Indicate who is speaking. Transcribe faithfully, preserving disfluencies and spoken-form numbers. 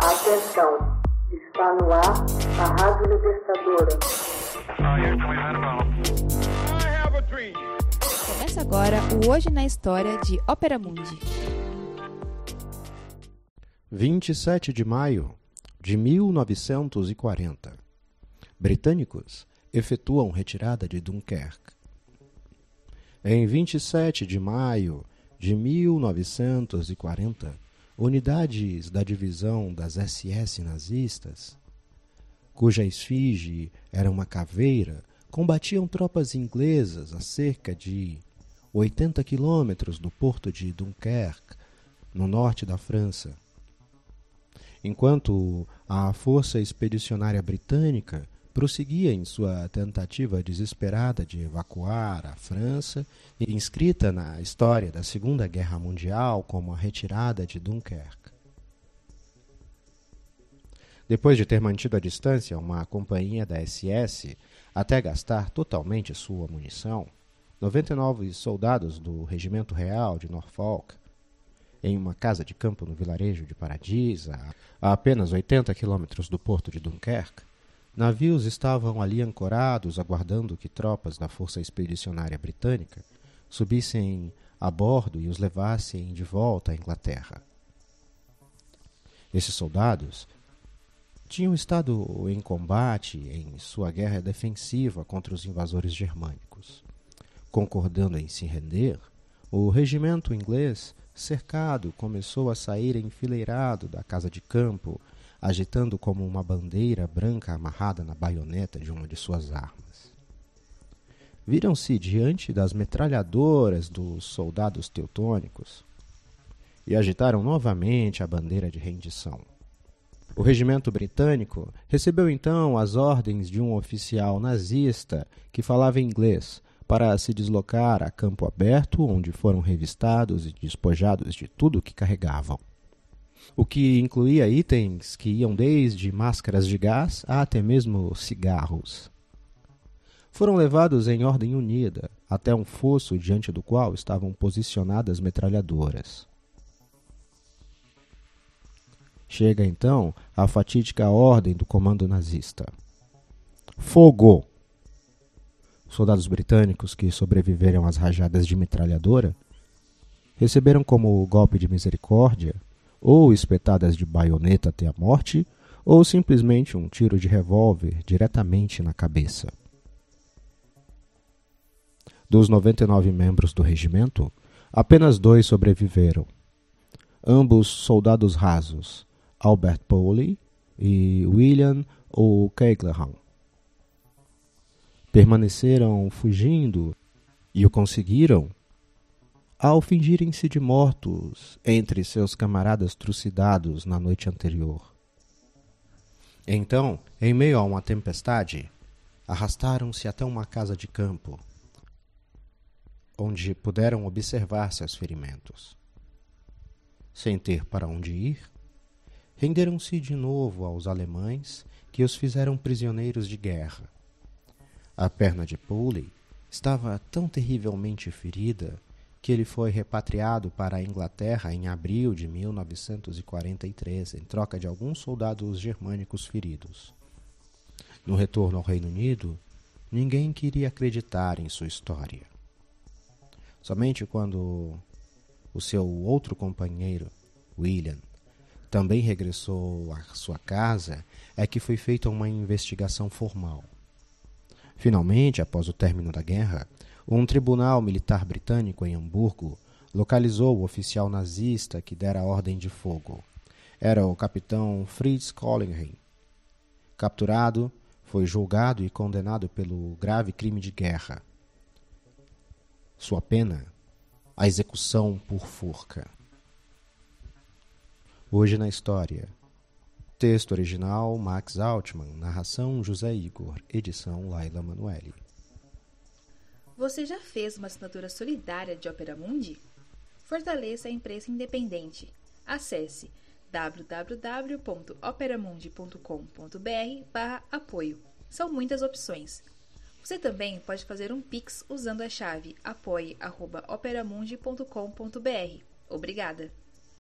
Speaker 1: Atenção, está no ar a Rádio Libertadora.
Speaker 2: Começa agora o Hoje na História de Ópera Mundi.
Speaker 3: vinte e sete de maio de mil novecentos e quarenta. Britânicos efetuam retirada de Dunkerque. Em vinte e sete de maio de mil novecentos e quarenta, unidades da divisão das S S nazistas, cuja esfinge era uma caveira, combatiam tropas inglesas a cerca de oitenta quilômetros do porto de Dunkerque, no norte da França. Enquanto a força expedicionária britânica prosseguia em sua tentativa desesperada de evacuar a França, inscrita na história da Segunda Guerra Mundial como a retirada de Dunkerque. Depois de ter mantido a distância uma companhia da S S até gastar totalmente sua munição, noventa e nove soldados do Regimento Real de Norfolk, em uma casa de campo no vilarejo de Paradis, a apenas oitenta quilômetros do porto de Dunkerque, navios estavam ali ancorados, aguardando que tropas da Força Expedicionária Britânica subissem a bordo e os levassem de volta à Inglaterra. Esses soldados tinham estado em combate em sua guerra defensiva contra os invasores germânicos. Concordando em se render, o regimento inglês, cercado, começou a sair enfileirado da casa de campo, agitando como uma bandeira branca amarrada na baioneta de uma de suas armas. Viram-se diante das metralhadoras dos soldados teutônicos e agitaram novamente a bandeira de rendição. O regimento britânico recebeu então as ordens de um oficial nazista que falava inglês para se deslocar a campo aberto, onde foram revistados e despojados de tudo o que carregavam, o que incluía itens que iam desde máscaras de gás a até mesmo cigarros. Foram levados em ordem unida até um fosso diante do qual estavam posicionadas metralhadoras. Chega então a fatídica ordem do comando nazista. Fogo! Os soldados britânicos que sobreviveram às rajadas de metralhadora receberam como golpe de misericórdia ou espetadas de baioneta até a morte, ou simplesmente um tiro de revólver diretamente na cabeça. Dos noventa e nove membros do regimento, apenas dois sobreviveram. Ambos soldados rasos, Albert Pawley e William O'Callaghan. Permaneceram fugindo e o conseguiram ao fingirem-se de mortos entre seus camaradas trucidados na noite anterior. Então, em meio a uma tempestade, arrastaram-se até uma casa de campo, onde puderam observar seus ferimentos. Sem ter para onde ir, renderam-se de novo aos alemães, que os fizeram prisioneiros de guerra. A perna de Pawley estava tão terrivelmente ferida que ele foi repatriado para a Inglaterra em abril de mil novecentos e quarenta e três, em troca de alguns soldados germânicos feridos. No retorno ao Reino Unido, ninguém queria acreditar em sua história. Somente quando o seu outro companheiro, William, também regressou à sua casa, é que foi feita uma investigação formal. Finalmente, após o término da guerra, um tribunal militar britânico em Hamburgo localizou o oficial nazista que dera a ordem de fogo. Era o capitão Fritz Collingham. Capturado, foi julgado e condenado pelo grave crime de guerra. Sua pena, a execução por forca. Hoje na História. Texto original Max Altman, narração José Igor, edição Laila Manoeli.
Speaker 2: Você já fez uma assinatura solidária de Ópera Mundi? Fortaleça a imprensa independente. Acesse w w w ponto operamundi ponto com ponto b r barra apoio. São muitas opções. Você também pode fazer um Pix usando a chave apoie arroba operamundi ponto com ponto b r. Obrigada!